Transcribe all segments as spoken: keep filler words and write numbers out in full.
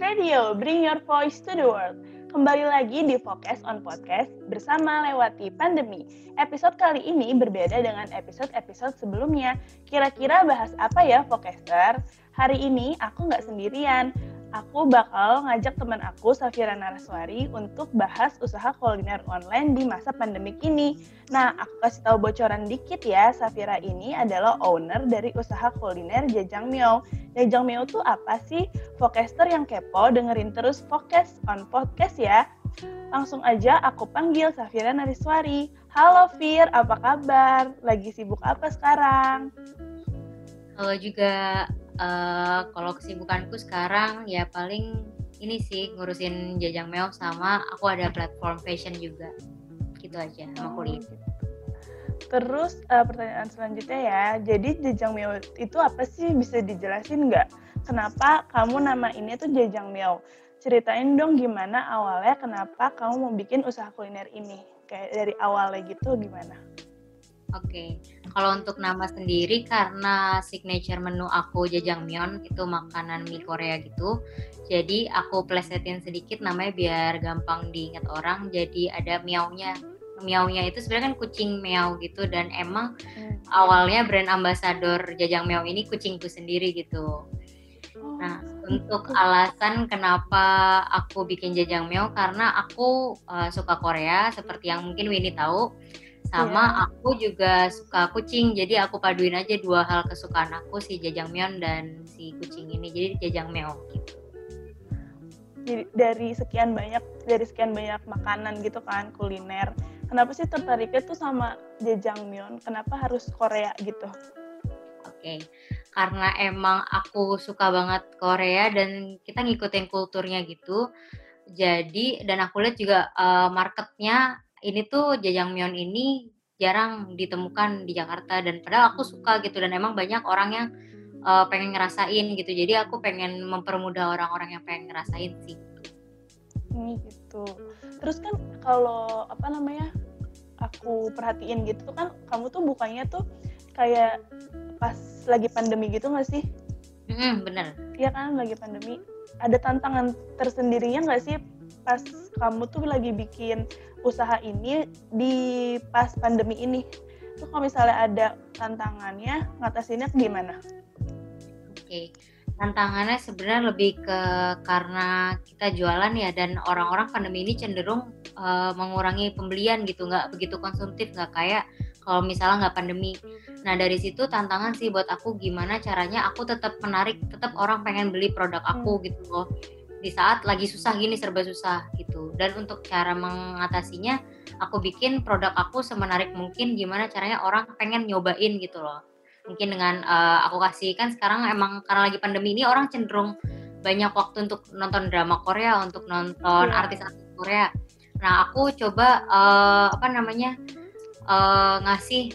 Radio, bring your voice to the world. Kembali lagi di Focus on Podcast bersama Lewati Pandemi. Episode kali ini berbeda dengan episode-episode sebelumnya. Kira-kira bahas apa ya, Focaster? Hari ini aku nggak sendirian. Aku bakal ngajak teman aku, Safira Naraswari, untuk bahas usaha kuliner online di masa pandemik ini. Nah, aku kasih tahu bocoran dikit ya, Safira ini adalah owner dari usaha kuliner Jajangmyeon. Jajangmyeon tuh apa sih? Focaster yang kepo, dengerin terus Focus on Podcast ya. Langsung aja aku panggil Safira Naraswari. Halo Fir, apa kabar? Lagi sibuk apa sekarang? Halo juga. Uh, kalau kesibukanku sekarang ya paling ini sih ngurusin Jajangmyeon sama aku ada platform fashion juga, gitu aja sama kuliah. Terus uh, pertanyaan selanjutnya ya, jadi Jajangmyeon itu apa sih, bisa dijelasin nggak? Kenapa kamu namainnya tuh Jajangmyeon? Ceritain dong gimana awalnya, kenapa kamu mau bikin usaha kuliner ini? Kayak dari awalnya gitu gimana? Oke, okay. Kalau untuk nama sendiri karena signature menu aku Jajangmyeon itu makanan mie Korea gitu. Jadi aku plesetin sedikit namanya biar gampang diingat orang. Jadi ada miaunya. Miaunya itu sebenarnya kan kucing meow gitu, dan emang hmm. awalnya brand ambassador Jajangmyeon ini kucingku sendiri gitu. Nah, untuk alasan kenapa aku bikin Jajangmyeon karena aku uh, suka Korea seperti yang mungkin Winnie tahu. Sama yeah. Aku juga suka kucing, jadi aku paduin aja dua hal kesukaan aku, si Jajangmyeon dan si kucing ini, jadi Jajangmyeon gitu. Jadi dari sekian banyak dari sekian banyak makanan gitu kan, kuliner, kenapa sih tertariknya tuh sama Jajangmyeon? Kenapa harus Korea gitu? Oke, okay. Karena emang aku suka banget Korea dan kita ngikutin kulturnya gitu. Jadi dan aku lihat juga uh, marketnya ini tuh Jajangmyeon ini jarang ditemukan di Jakarta, dan padahal aku suka gitu, dan emang banyak orang yang uh, pengen ngerasain gitu. Jadi aku pengen mempermudah orang-orang yang pengen ngerasain sih. Ini gitu. Terus kan kalau apa namanya, aku perhatiin gitu kan, kamu tuh bukanya tuh kayak pas lagi pandemi gitu nggak sih? Mm, bener. Iya kan, lagi pandemi. Ada tantangan tersendirinya nggak sih pas kamu tuh lagi bikin usaha ini di pas pandemi ini? Tuh kalau misalnya ada tantangannya, ngatasinnya gimana? Oke, okay. Tantangannya sebenarnya lebih ke karena kita jualan ya, dan orang-orang pandemi ini cenderung uh, mengurangi pembelian gitu, nggak begitu konsumtif, nggak kayak kalau misalnya nggak pandemi. Nah dari situ tantangan sih buat aku, gimana caranya aku tetap menarik, tetap orang pengen beli produk aku hmm. gitu loh, di saat lagi susah gini, serba susah gitu. Dan untuk cara mengatasinya, aku bikin produk aku semenarik mungkin, gimana caranya orang pengen nyobain gitu loh. Mungkin dengan uh, aku kasih, kan sekarang emang karena lagi pandemi ini orang cenderung banyak waktu untuk nonton drama Korea, untuk nonton yeah. artis-artis Korea. Nah aku coba uh, apa namanya uh, ngasih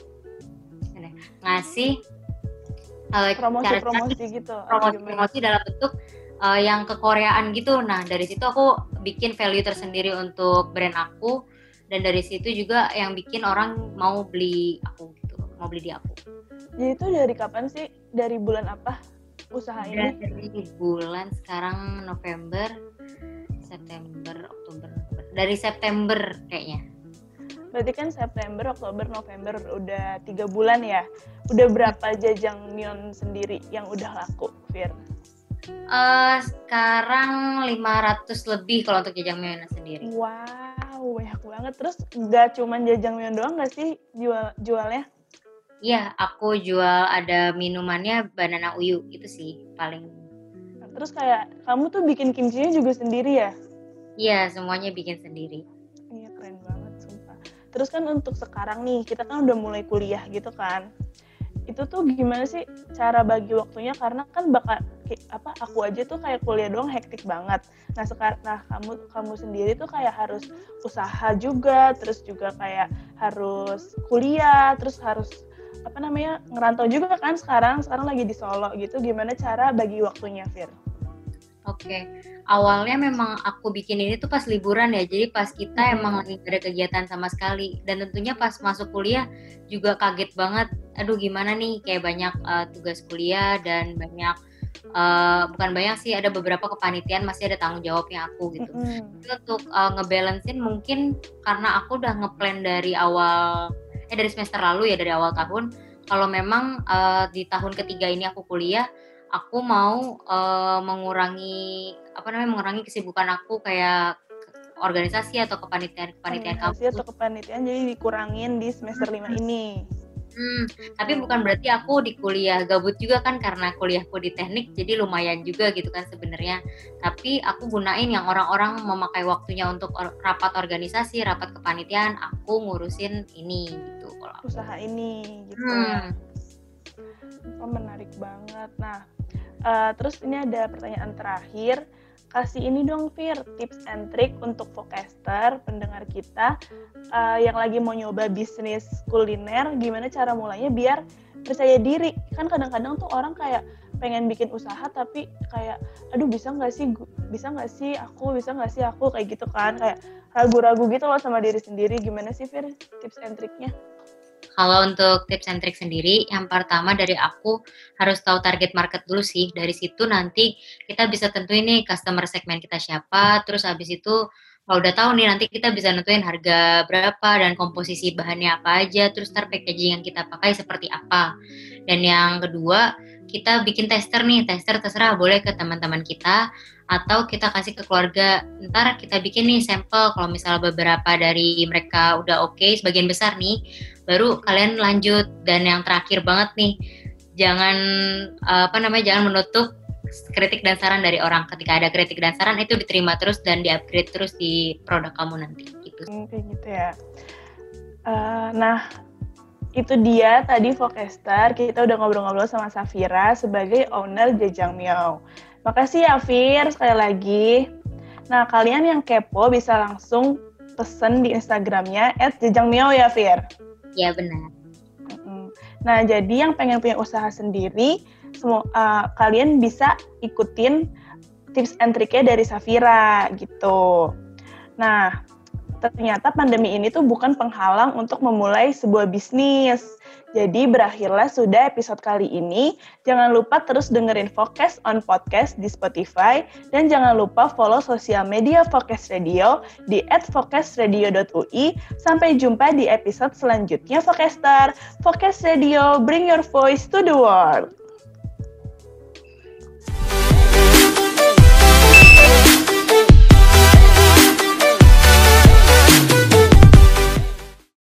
ngasih uh, promosi-promosi gitu, promosi-promosi dalam bentuk uh, yang kekoreaan gitu. Nah dari situ aku bikin value tersendiri untuk brand aku, dan dari situ juga yang bikin orang mau beli aku gitu, mau beli di aku. Jadi itu dari kapan sih? Dari bulan apa usaha ini? Dari bulan sekarang November, September, Oktober, November. Dari September kayaknya. Berarti kan September, Oktober, November, udah tiga bulan ya. Udah berapa Jajangmyeon sendiri yang udah laku, Fir? Uh, sekarang lima ratus lebih kalau untuk Jajangmyeon sendiri. Wow, banyak banget. Terus gak cuma Jajangmyeon doang gak sih jual jualnya? Iya, aku jual ada minumannya banana uyu, itu sih paling. Terus kayak kamu tuh bikin kimchinya juga sendiri ya? Iya, semuanya bikin sendiri. Iya, keren banget, sumpah. Terus kan untuk sekarang nih, kita kan udah mulai kuliah gitu kan. Itu tuh gimana sih cara bagi waktunya? Karena kan bakal apa, aku aja tuh kayak kuliah doang hektik banget. Nah sekarang, nah kamu kamu sendiri tuh kayak harus usaha juga, terus juga kayak harus kuliah, terus harus apa namanya ngerantau juga kan sekarang sekarang lagi di Solo gitu. Gimana cara bagi waktunya, Fir? Oke, okay. Awalnya memang aku bikin ini tuh pas liburan ya, jadi pas kita hmm. emang lagi gak ada kegiatan sama sekali, dan tentunya pas masuk kuliah juga kaget banget, aduh gimana nih, kayak banyak uh, tugas kuliah dan banyak uh, bukan banyak sih, ada beberapa kepanitiaan masih ada tanggung jawabnya aku gitu. Mm-hmm. Jadi untuk uh, ngebalancein mungkin karena aku udah ngeplan dari awal eh dari semester lalu ya, dari awal tahun, kalau memang uh, di tahun ketiga ini aku kuliah, aku mau uh, mengurangi apa namanya mengurangi kesibukan aku kayak organisasi atau kepanitiaan kepanitiaan organisasi kampus. Atau kepanitiaan jadi dikurangin di semester lima ini. Hmm, tapi bukan berarti aku di kuliah gabut juga kan, karena kuliahku di teknik jadi lumayan juga gitu kan sebenarnya. Tapi aku gunain yang orang-orang memakai waktunya untuk or- rapat organisasi, rapat kepanitiaan, aku ngurusin ini gitu. Kalau usaha ini gitu hmm. ya. Oh, menarik banget. Nah, uh, terus ini ada pertanyaan terakhir. Kasih ini dong, Fir, tips and trick untuk Vokester, pendengar kita uh, yang lagi mau nyoba bisnis kuliner, gimana cara mulainya biar percaya diri. Kan kadang-kadang tuh orang kayak pengen bikin usaha tapi kayak, aduh bisa nggak sih, bisa nggak sih aku, bisa nggak sih aku, kayak gitu kan, kayak ragu-ragu gitu loh sama diri sendiri. Gimana sih, Fir, tips and tricknya? Kalau untuk tips and trick sendiri, yang pertama dari aku harus tahu target market dulu sih. Dari situ nanti kita bisa tentuin nih customer segmen kita siapa, terus habis itu kalau udah tahu nih nanti kita bisa nentuin harga berapa dan komposisi bahannya apa aja, terus ntar packaging yang kita pakai seperti apa. Dan yang kedua, kita bikin tester nih, tester terserah boleh ke teman-teman kita atau kita kasih ke keluarga. Ntar kita bikin nih sampel, kalau misalnya beberapa dari mereka udah oke, okay, sebagian besar nih, baru kalian lanjut. Dan yang terakhir banget nih, jangan apa namanya jangan menutup kritik dan saran dari orang. Ketika ada kritik dan saran itu diterima terus dan di-upgrade terus di produk kamu nanti gitu. Hmm, kayak gitu ya. Uh, nah, itu dia tadi Vokester, kita udah ngobrol-ngobrol sama Safira sebagai owner Jajangmyeon. Makasih ya Fir sekali lagi. Nah, kalian yang kepo bisa langsung pesen di Instagramnya et jajangmyeon ya Fir? Iya benar. Nah, jadi yang pengen punya usaha sendiri, semua uh, kalian bisa ikutin tips and triknya dari Safira gitu. Nah, ternyata pandemi ini tuh bukan penghalang untuk memulai sebuah bisnis. Jadi berakhirlah sudah episode kali ini. Jangan lupa terus dengerin Focus on Podcast di Spotify dan jangan lupa follow sosial media Focus Radio di et focus radio dot u i. Sampai jumpa di episode selanjutnya Focusster. Focus Radio, bring your voice to the world.